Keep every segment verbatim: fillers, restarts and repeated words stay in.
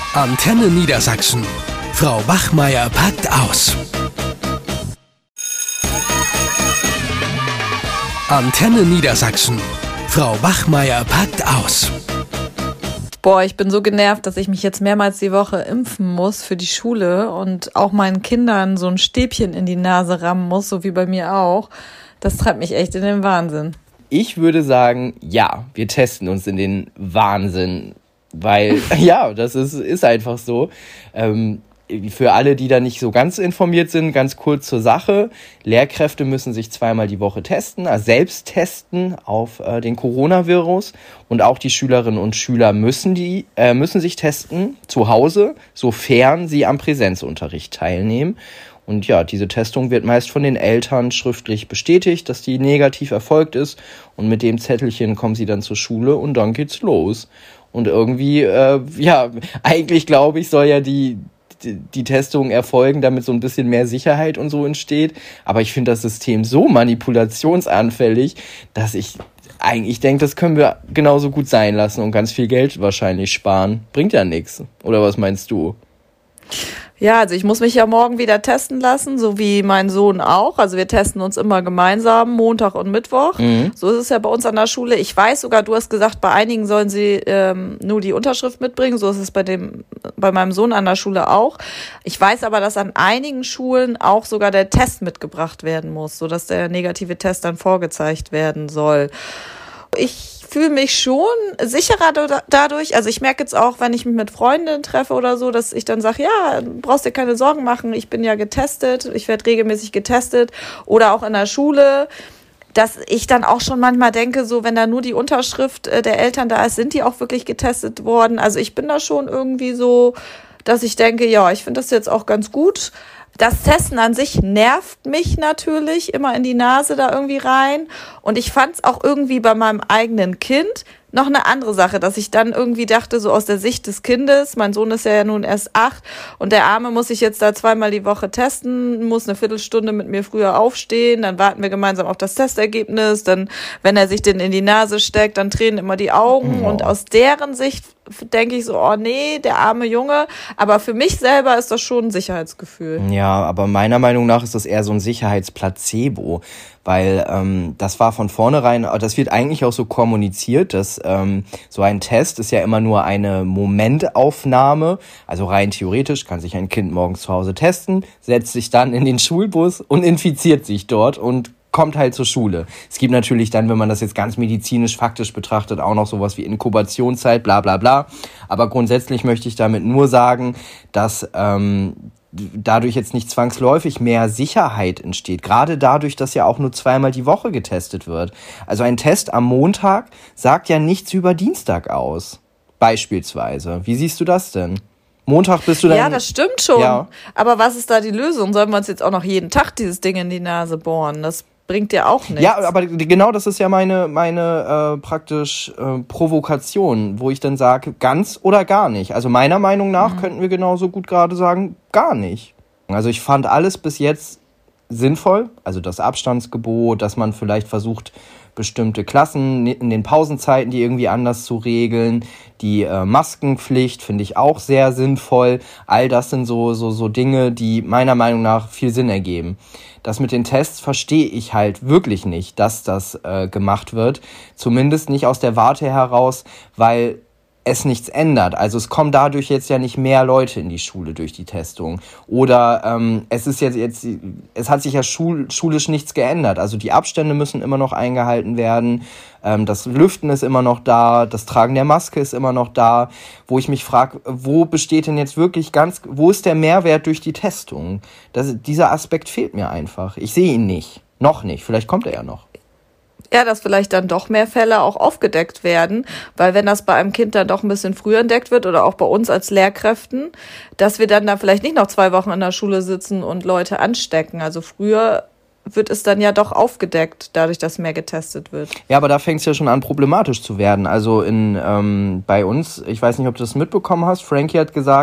Antenne Niedersachsen. Frau Wachmeier packt aus. Antenne Niedersachsen. Frau Wachmeier packt aus. Boah, ich bin so genervt, dass ich mich jetzt mehrmals die Woche impfen muss für die Schule und auch meinen Kindern so ein Stäbchen in die Nase rammen muss, so wie bei mir auch. Das treibt mich echt in den Wahnsinn. Ich würde sagen, ja, wir testen uns in den Wahnsinn, weil, ja, das ist, ist einfach so. Ähm, für alle, die da nicht so ganz informiert sind, ganz kurz zur Sache. Lehrkräfte müssen sich zweimal die Woche testen, also selbst testen auf äh, den Coronavirus. Und auch die Schülerinnen und Schüler müssen, die, äh, müssen sich testen zu Hause, sofern sie am Präsenzunterricht teilnehmen. Und ja, diese Testung wird meist von den Eltern schriftlich bestätigt, dass die negativ erfolgt ist. Und mit dem Zettelchen kommen sie dann zur Schule und dann geht's los. Und irgendwie, äh, ja, eigentlich glaube ich, soll ja die, die, die Testung erfolgen, damit so ein bisschen mehr Sicherheit und so entsteht. Aber ich finde das System so manipulationsanfällig, dass ich eigentlich denke, das können wir genauso gut sein lassen und ganz viel Geld wahrscheinlich sparen. Bringt ja nichts. Oder was meinst du? Ja, also ich muss mich ja morgen wieder testen lassen, so wie mein Sohn auch. Also wir testen uns immer gemeinsam, Montag und Mittwoch. Mhm. So ist es ja bei uns an der Schule. Ich weiß sogar, du hast gesagt, bei einigen sollen sie ähm, nur die Unterschrift mitbringen. So ist es bei dem, bei meinem Sohn an der Schule auch. Ich weiß aber, dass an einigen Schulen auch sogar der Test mitgebracht werden muss, sodass der negative Test dann vorgezeigt werden soll. Ich fühle mich schon sicherer dadurch. Also ich merke jetzt auch, wenn ich mich mit Freundinnen treffe oder so, dass ich dann sage, ja, brauchst dir keine Sorgen machen, ich bin ja getestet, ich werde regelmäßig getestet. Oder auch in der Schule, dass ich dann auch schon manchmal denke, so wenn da nur die Unterschrift der Eltern da ist, sind die auch wirklich getestet worden. Also ich bin da schon irgendwie so, dass ich denke, ja, ich finde das jetzt auch ganz gut. Das Testen an sich nervt mich natürlich, immer in die Nase da irgendwie rein. Und ich fand es auch irgendwie bei meinem eigenen Kind noch eine andere Sache, dass ich dann irgendwie dachte, so aus der Sicht des Kindes, mein Sohn ist ja nun erst acht und der Arme muss sich jetzt da zweimal die Woche testen, muss eine Viertelstunde mit mir früher aufstehen, dann warten wir gemeinsam auf das Testergebnis, dann, wenn er sich den in die Nase steckt, dann tränen immer die Augen. Oh. Und aus deren Sicht denke ich so, oh nee, der arme Junge, aber für mich selber ist das schon ein Sicherheitsgefühl. Ja, aber meiner Meinung nach ist das eher so ein Sicherheitsplacebo, weil ähm, das war von vornherein, das wird eigentlich auch so kommuniziert, dass ähm, so ein Test ist ja immer nur eine Momentaufnahme, also rein theoretisch kann sich ein Kind morgens zu Hause testen, setzt sich dann in den Schulbus und infiziert sich dort und kommt halt zur Schule. Es gibt natürlich dann, wenn man das jetzt ganz medizinisch faktisch betrachtet, auch noch sowas wie Inkubationszeit, bla bla bla. Aber grundsätzlich möchte ich damit nur sagen, dass ähm, dadurch jetzt nicht zwangsläufig mehr Sicherheit entsteht. Gerade dadurch, dass ja auch nur zweimal die Woche getestet wird. Also ein Test am Montag sagt ja nichts über Dienstag aus. Beispielsweise. Wie siehst du das denn? Montag bist du dann... Ja, das stimmt schon. Ja. Aber was ist da die Lösung? Sollen wir uns jetzt auch noch jeden Tag dieses Ding in die Nase bohren? Das bringt ja auch nichts. Ja, aber genau das ist ja meine, meine äh, praktisch äh, Provokation, wo ich dann sage, ganz oder gar nicht. Also meiner Meinung nach mhm. könnten wir genauso gut gerade sagen, gar nicht. Also ich fand alles bis jetzt sinnvoll. Also das Abstandsgebot, dass man vielleicht versucht, bestimmte Klassen in den Pausenzeiten, die irgendwie anders zu regeln. Die äh, Maskenpflicht finde ich auch sehr sinnvoll. All das sind so, so, so Dinge, die meiner Meinung nach viel Sinn ergeben. Das mit den Tests verstehe ich halt wirklich nicht, dass das äh, gemacht wird. Zumindest nicht aus der Warte heraus, weil es nichts ändert. Also es kommen dadurch jetzt ja nicht mehr Leute in die Schule durch die Testung. Oder ähm, es ist jetzt, jetzt, es hat sich ja schul- schulisch nichts geändert. Also die Abstände müssen immer noch eingehalten werden. Ähm, das Lüften ist immer noch da. Das Tragen der Maske ist immer noch da. Wo ich mich frage, wo besteht denn jetzt wirklich ganz, wo ist der Mehrwert durch die Testung? Das, dieser Aspekt fehlt mir einfach. Ich sehe ihn nicht. Noch nicht. Vielleicht kommt er ja noch. Ja, dass vielleicht dann doch mehr Fälle auch aufgedeckt werden, weil wenn das bei einem Kind dann doch ein bisschen früher entdeckt wird oder auch bei uns als Lehrkräften, dass wir dann da vielleicht nicht noch zwei Wochen in der Schule sitzen und Leute anstecken. Also früher wird es dann ja doch aufgedeckt, dadurch, dass mehr getestet wird. Ja, aber da fängt es ja schon an, problematisch zu werden. Also in ähm, bei uns, ich weiß nicht, ob du das mitbekommen hast, Frankie hat gesagt,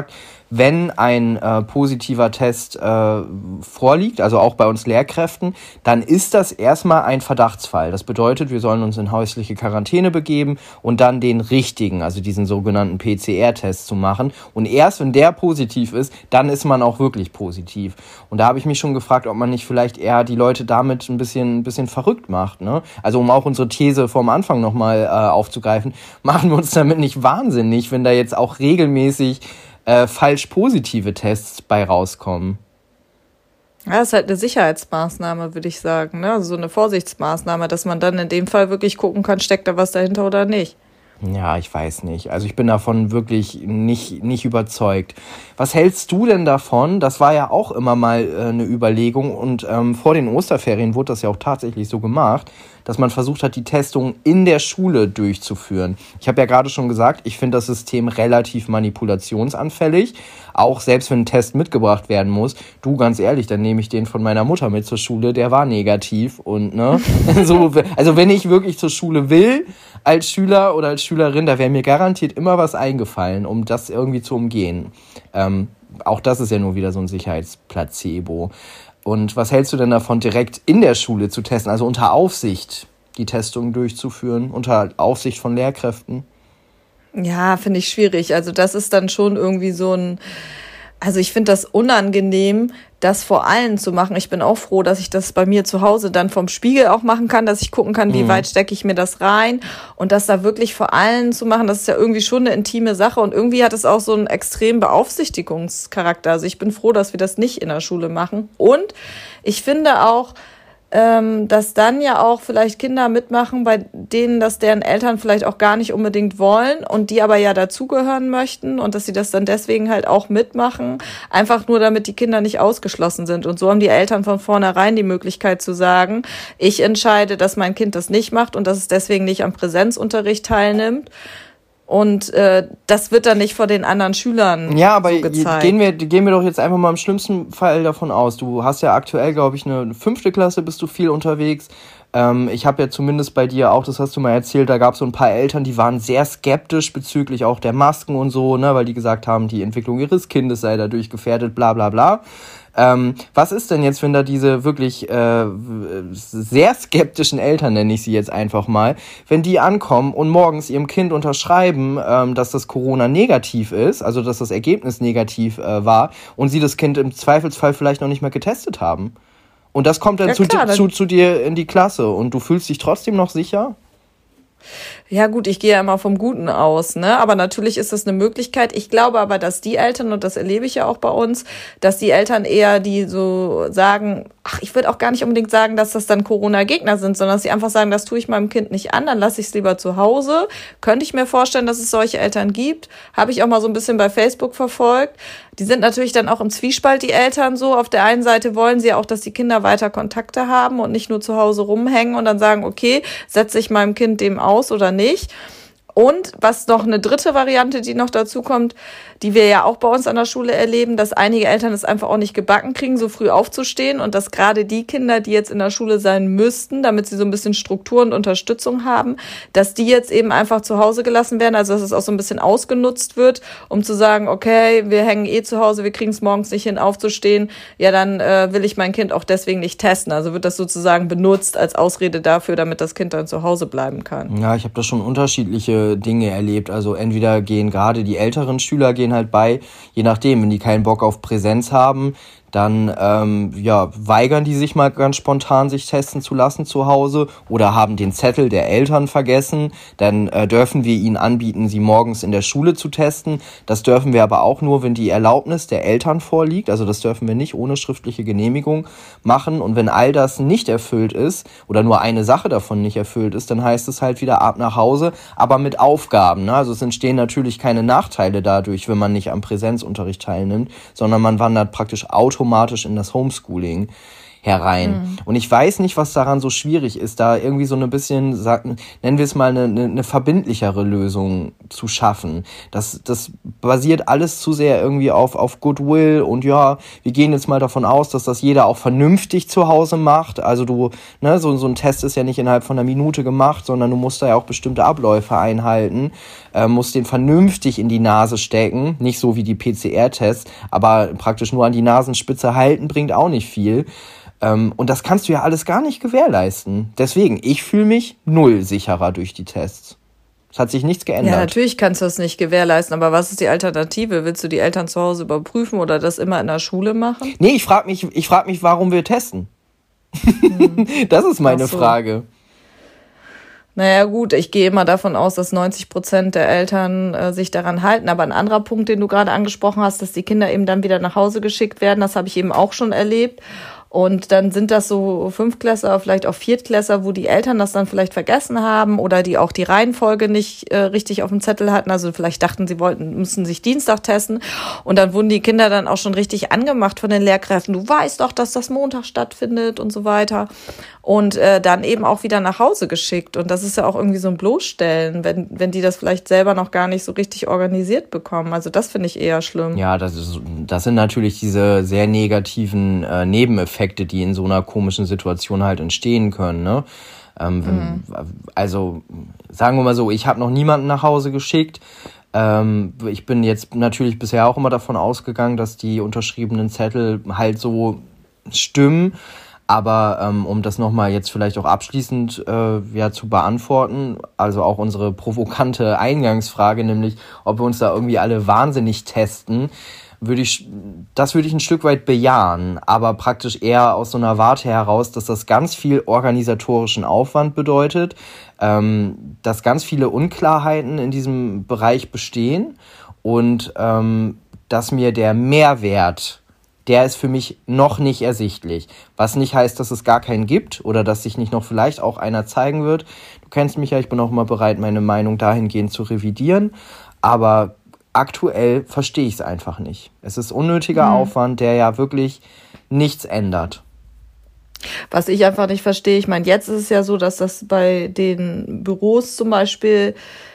wenn ein äh, positiver Test äh, vorliegt, also auch bei uns Lehrkräften, dann ist das erstmal ein Verdachtsfall. Das bedeutet, wir sollen uns in häusliche Quarantäne begeben und dann den richtigen, also diesen sogenannten P C R-Test zu machen. Und erst wenn der positiv ist, dann ist man auch wirklich positiv. Und da habe ich mich schon gefragt, ob man nicht vielleicht eher die Leute damit ein bisschen, ein bisschen verrückt macht, ne? Also um auch unsere These vom Anfang nochmal äh, aufzugreifen, machen wir uns damit nicht wahnsinnig, wenn da jetzt auch regelmäßig äh, falsch positive Tests bei rauskommen. Ja, das ist halt eine Sicherheitsmaßnahme, würde ich sagen, ne? Also so eine Vorsichtsmaßnahme, dass man dann in dem Fall wirklich gucken kann, steckt da was dahinter oder nicht. Ja, ich weiß nicht. Also ich bin davon wirklich nicht, nicht überzeugt. Was hältst du denn davon? Das war ja auch immer mal äh, eine Überlegung und ähm, vor den Osterferien wurde das ja auch tatsächlich so gemacht, dass man versucht hat, die Testung in der Schule durchzuführen. Ich habe ja gerade schon gesagt, ich finde das System relativ manipulationsanfällig. Auch selbst wenn ein Test mitgebracht werden muss. Du, ganz ehrlich, dann nehme ich den von meiner Mutter mit zur Schule, der war negativ. Und ne, so, also wenn ich wirklich zur Schule will, als Schüler oder als Schülerin, da wäre mir garantiert immer was eingefallen, um das irgendwie zu umgehen. Ähm, auch das ist ja nur wieder so ein Sicherheitsplacebo. Und was hältst du denn davon, direkt in der Schule zu testen, also unter Aufsicht die Testung durchzuführen, unter Aufsicht von Lehrkräften? Ja, finde ich schwierig. Also das ist dann schon irgendwie so ein, also ich finde das unangenehm, das vor allen zu machen. Ich bin auch froh, dass ich das bei mir zu Hause dann vom Spiegel auch machen kann, dass ich gucken kann, wie mhm. weit stecke ich mir das rein und das da wirklich vor allen zu machen, das ist ja irgendwie schon eine intime Sache und irgendwie hat es auch so einen extremen Beaufsichtigungscharakter. Also ich bin froh, dass wir das nicht in der Schule machen und ich finde auch, Ähm, dass dann ja auch vielleicht Kinder mitmachen, bei denen das deren Eltern vielleicht auch gar nicht unbedingt wollen und die aber ja dazugehören möchten und dass sie das dann deswegen halt auch mitmachen, einfach nur damit die Kinder nicht ausgeschlossen sind. Und so haben die Eltern von vornherein die Möglichkeit zu sagen, ich entscheide, dass mein Kind das nicht macht und dass es deswegen nicht am Präsenzunterricht teilnimmt. Und äh, das wird dann nicht vor den anderen Schülern ja, aber so gezeigt. Gehen wir, gehen wir doch jetzt einfach mal im schlimmsten Fall davon aus. Du hast ja aktuell, glaube ich, eine fünfte Klasse, bist du viel unterwegs. Ähm, ich habe ja zumindest bei dir auch, das hast du mal erzählt, da gab es so ein paar Eltern, die waren sehr skeptisch bezüglich auch der Masken und so, ne, weil die gesagt haben, die Entwicklung ihres Kindes sei dadurch gefährdet, bla bla bla. Ähm, was ist denn jetzt, wenn da diese wirklich äh, sehr skeptischen Eltern, nenne ich sie jetzt einfach mal, wenn die ankommen und morgens ihrem Kind unterschreiben, ähm, dass das Corona negativ ist, also dass das Ergebnis negativ äh, war und sie das Kind im Zweifelsfall vielleicht noch nicht mehr getestet haben? Und das kommt dann, ja, zu, klar, zu, zu dir in die Klasse und du fühlst dich trotzdem noch sicher? Ja gut, ich gehe ja immer vom Guten aus, ne? Aber natürlich ist das eine Möglichkeit. Ich glaube aber, dass die Eltern, und das erlebe ich ja auch bei uns, dass die Eltern eher, die so sagen, ach, ich würde auch gar nicht unbedingt sagen, dass das dann Corona-Gegner sind, sondern dass sie einfach sagen, das tue ich meinem Kind nicht an, dann lasse ich es lieber zu Hause. Könnte ich mir vorstellen, dass es solche Eltern gibt. Habe ich auch mal so ein bisschen bei Facebook verfolgt. Die sind natürlich dann auch im Zwiespalt, die Eltern so. Auf der einen Seite wollen sie auch, dass die Kinder weiter Kontakte haben und nicht nur zu Hause rumhängen und dann sagen, okay, setze ich meinem Kind dem aus oder nicht. Und was noch eine dritte Variante, die noch dazu kommt, die wir ja auch bei uns an der Schule erleben, dass einige Eltern es einfach auch nicht gebacken kriegen, so früh aufzustehen und dass gerade die Kinder, die jetzt in der Schule sein müssten, damit sie so ein bisschen Struktur und Unterstützung haben, dass die jetzt eben einfach zu Hause gelassen werden, also dass es auch so ein bisschen ausgenutzt wird, um zu sagen, okay, wir hängen eh zu Hause, wir kriegen es morgens nicht hin, aufzustehen, ja, dann äh, will ich mein Kind auch deswegen nicht testen. Also wird das sozusagen benutzt als Ausrede dafür, damit das Kind dann zu Hause bleiben kann. Ja, ich habe da schon unterschiedliche Dinge erlebt. Also entweder gehen gerade die älteren Schüler gehen halt bei, je nachdem, wenn die keinen Bock auf Präsenz haben, dann ähm, ja, weigern die sich mal ganz spontan, sich testen zu lassen zu Hause oder haben den Zettel der Eltern vergessen. Dann äh, dürfen wir ihnen anbieten, sie morgens in der Schule zu testen. Das dürfen wir aber auch nur, wenn die Erlaubnis der Eltern vorliegt. Also das dürfen wir nicht ohne schriftliche Genehmigung machen. Und wenn all das nicht erfüllt ist oder nur eine Sache davon nicht erfüllt ist, dann heißt es halt wieder ab nach Hause, aber mit Aufgaben. Ne? Also es entstehen natürlich keine Nachteile dadurch, wenn man nicht am Präsenzunterricht teilnimmt, sondern man wandert praktisch automatisch automatisch in das Homeschooling. herein. Mhm. Und ich weiß nicht, was daran so schwierig ist, da irgendwie so ein bisschen, sagen, nennen wir es mal, eine, eine, eine verbindlichere Lösung zu schaffen. Das, das basiert alles zu sehr irgendwie auf, auf Goodwill und ja, wir gehen jetzt mal davon aus, dass das jeder auch vernünftig zu Hause macht. Also du, ne, so, so ein Test ist ja nicht innerhalb von einer Minute gemacht, sondern du musst da ja auch bestimmte Abläufe einhalten, äh, musst den vernünftig in die Nase stecken, nicht so wie die P C R-Tests, aber praktisch nur an die Nasenspitze halten bringt auch nicht viel. Ähm, und das kannst du ja alles gar nicht gewährleisten. Deswegen, ich fühle mich null sicherer durch die Tests. Es hat sich nichts geändert. Ja, natürlich kannst du das nicht gewährleisten, aber was ist die Alternative? Willst du die Eltern zu Hause überprüfen oder das immer in der Schule machen? Nee, ich frage mich, ich frag mich, warum wir testen. Hm. Das ist meine so. Frage. Naja gut, ich gehe immer davon aus, dass neunzig Prozent der Eltern äh, sich daran halten. Aber ein anderer Punkt, den du gerade angesprochen hast, dass die Kinder eben dann wieder nach Hause geschickt werden, das habe ich eben auch schon erlebt. Und dann sind das so Fünftklässler, vielleicht auch Viertklässler, wo die Eltern das dann vielleicht vergessen haben oder die auch die Reihenfolge nicht äh, richtig auf dem Zettel hatten. Also vielleicht dachten, sie wollten, müssen sich Dienstag testen. Und dann wurden die Kinder dann auch schon richtig angemacht von den Lehrkräften. Du weißt doch, dass das Montag stattfindet und so weiter. Und äh, dann eben auch wieder nach Hause geschickt. Und das ist ja auch irgendwie so ein Bloßstellen, wenn, wenn die das vielleicht selber noch gar nicht so richtig organisiert bekommen. Also das finde ich eher schlimm. Ja, das ist, das sind natürlich diese sehr negativen äh, Nebeneffekte, die in so einer komischen Situation halt entstehen können, ne? Ähm, wenn, mhm. Also sagen wir mal so, ich habe noch niemanden nach Hause geschickt. Ähm, ich bin jetzt natürlich bisher auch immer davon ausgegangen, dass die unterschriebenen Zettel halt so stimmen. Aber ähm, um das nochmal jetzt vielleicht auch abschließend äh, ja, zu beantworten, also auch unsere provokante Eingangsfrage, nämlich ob wir uns da irgendwie alle wahnsinnig testen, würde ich, das würde ich ein Stück weit bejahen, aber praktisch eher aus so einer Warte heraus, dass das ganz viel organisatorischen Aufwand bedeutet, ähm, dass ganz viele Unklarheiten in diesem Bereich bestehen und ähm, dass mir der Mehrwert, der ist für mich noch nicht ersichtlich. Was nicht heißt, dass es gar keinen gibt oder dass sich nicht noch vielleicht auch einer zeigen wird. Du kennst mich ja, ich bin auch immer bereit, meine Meinung dahingehend zu revidieren, aber aktuell verstehe ich es einfach nicht. Es ist unnötiger mhm. Aufwand, der ja wirklich nichts ändert. Was ich einfach nicht verstehe, ich meine, jetzt ist es ja so, dass das bei den Büros zum Beispiel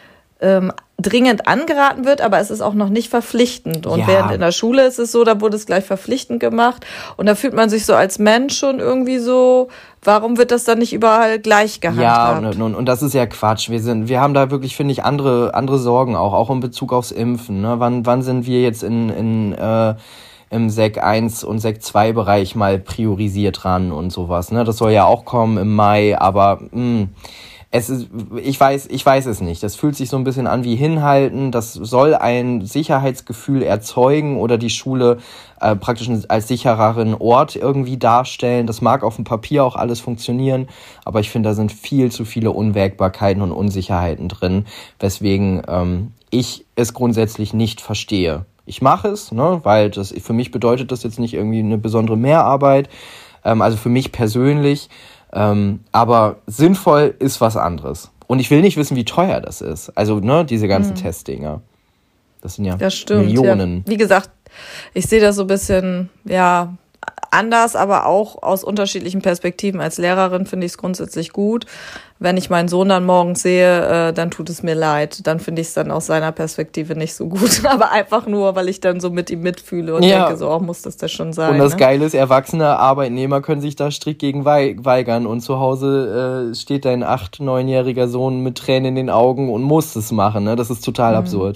ähm, dringend angeraten wird, aber es ist auch noch nicht verpflichtend. Und ja. während in der Schule ist es so, da wurde es gleich verpflichtend gemacht. Und da fühlt man sich so als Mensch schon irgendwie so, warum wird das dann nicht überall gleich gehandhabt? Ja, und, und, und das ist ja Quatsch. Wir sind, wir haben da wirklich, finde ich, andere, andere Sorgen auch, auch in Bezug aufs Impfen. Ne? Wann, wann sind wir jetzt in, in, äh, im Sek eins und Sek zwei Bereich mal priorisiert dran und sowas? Ne? Das soll ja auch kommen im Mai, aber, mh, Es ist, ich weiß, ich weiß es nicht. Das fühlt sich so ein bisschen an wie hinhalten. Das soll ein Sicherheitsgefühl erzeugen oder die Schule äh, praktisch als sichereren Ort irgendwie darstellen. Das mag auf dem Papier auch alles funktionieren, aber ich finde, da sind viel zu viele Unwägbarkeiten und Unsicherheiten drin, weswegen ähm, ich es grundsätzlich nicht verstehe. Ich mache es, ne, weil das für mich bedeutet das jetzt nicht irgendwie eine besondere Mehrarbeit. Ähm, also für mich persönlich. Ähm, aber sinnvoll ist was anderes. Und ich will nicht wissen, wie teuer das ist. Also, ne, diese ganzen mhm. Testdinger. Das sind ja das stimmt, Millionen. Ja. Wie gesagt, ich sehe das so ein bisschen, ja, anders, aber auch aus unterschiedlichen Perspektiven. Als Lehrerin finde ich es grundsätzlich gut. Wenn ich meinen Sohn dann morgens sehe, äh, dann tut es mir leid. Dann finde ich es dann aus seiner Perspektive nicht so gut. Aber einfach nur, weil ich dann so mit ihm mitfühle und ja. denke, so, oh, muss das das schon sein. Und das ne? Geile ist, erwachsene Arbeitnehmer können sich da strikt gegen weigern. Und zu Hause äh, steht dein acht-, neunjähriger Sohn mit Tränen in den Augen und muss es machen. Ne? Das ist total mhm. absurd.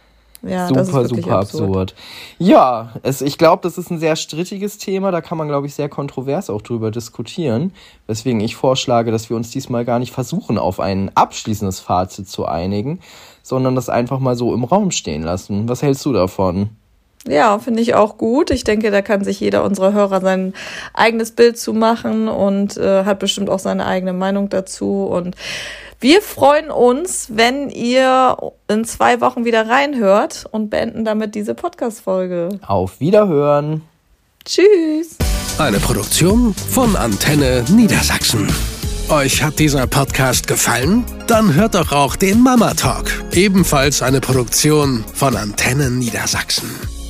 Ja, super, das ist wirklich super absurd. absurd. Ja, es, ich glaube, das ist ein sehr strittiges Thema. Da kann man, glaube ich, sehr kontrovers auch drüber diskutieren. Weswegen ich vorschlage, dass wir uns diesmal gar nicht versuchen, auf ein abschließendes Fazit zu einigen, sondern das einfach mal so im Raum stehen lassen. Was hältst du davon? Ja, finde ich auch gut. Ich denke, da kann sich jeder unserer Hörer sein eigenes Bild zu machen und äh, hat bestimmt auch seine eigene Meinung dazu. Und wir freuen uns, wenn ihr in zwei Wochen wieder reinhört und beenden damit diese Podcast-Folge. Auf Wiederhören. Tschüss. Eine Produktion von Antenne Niedersachsen. Euch hat dieser Podcast gefallen? Dann hört doch auch den Mama Talk. Ebenfalls eine Produktion von Antenne Niedersachsen.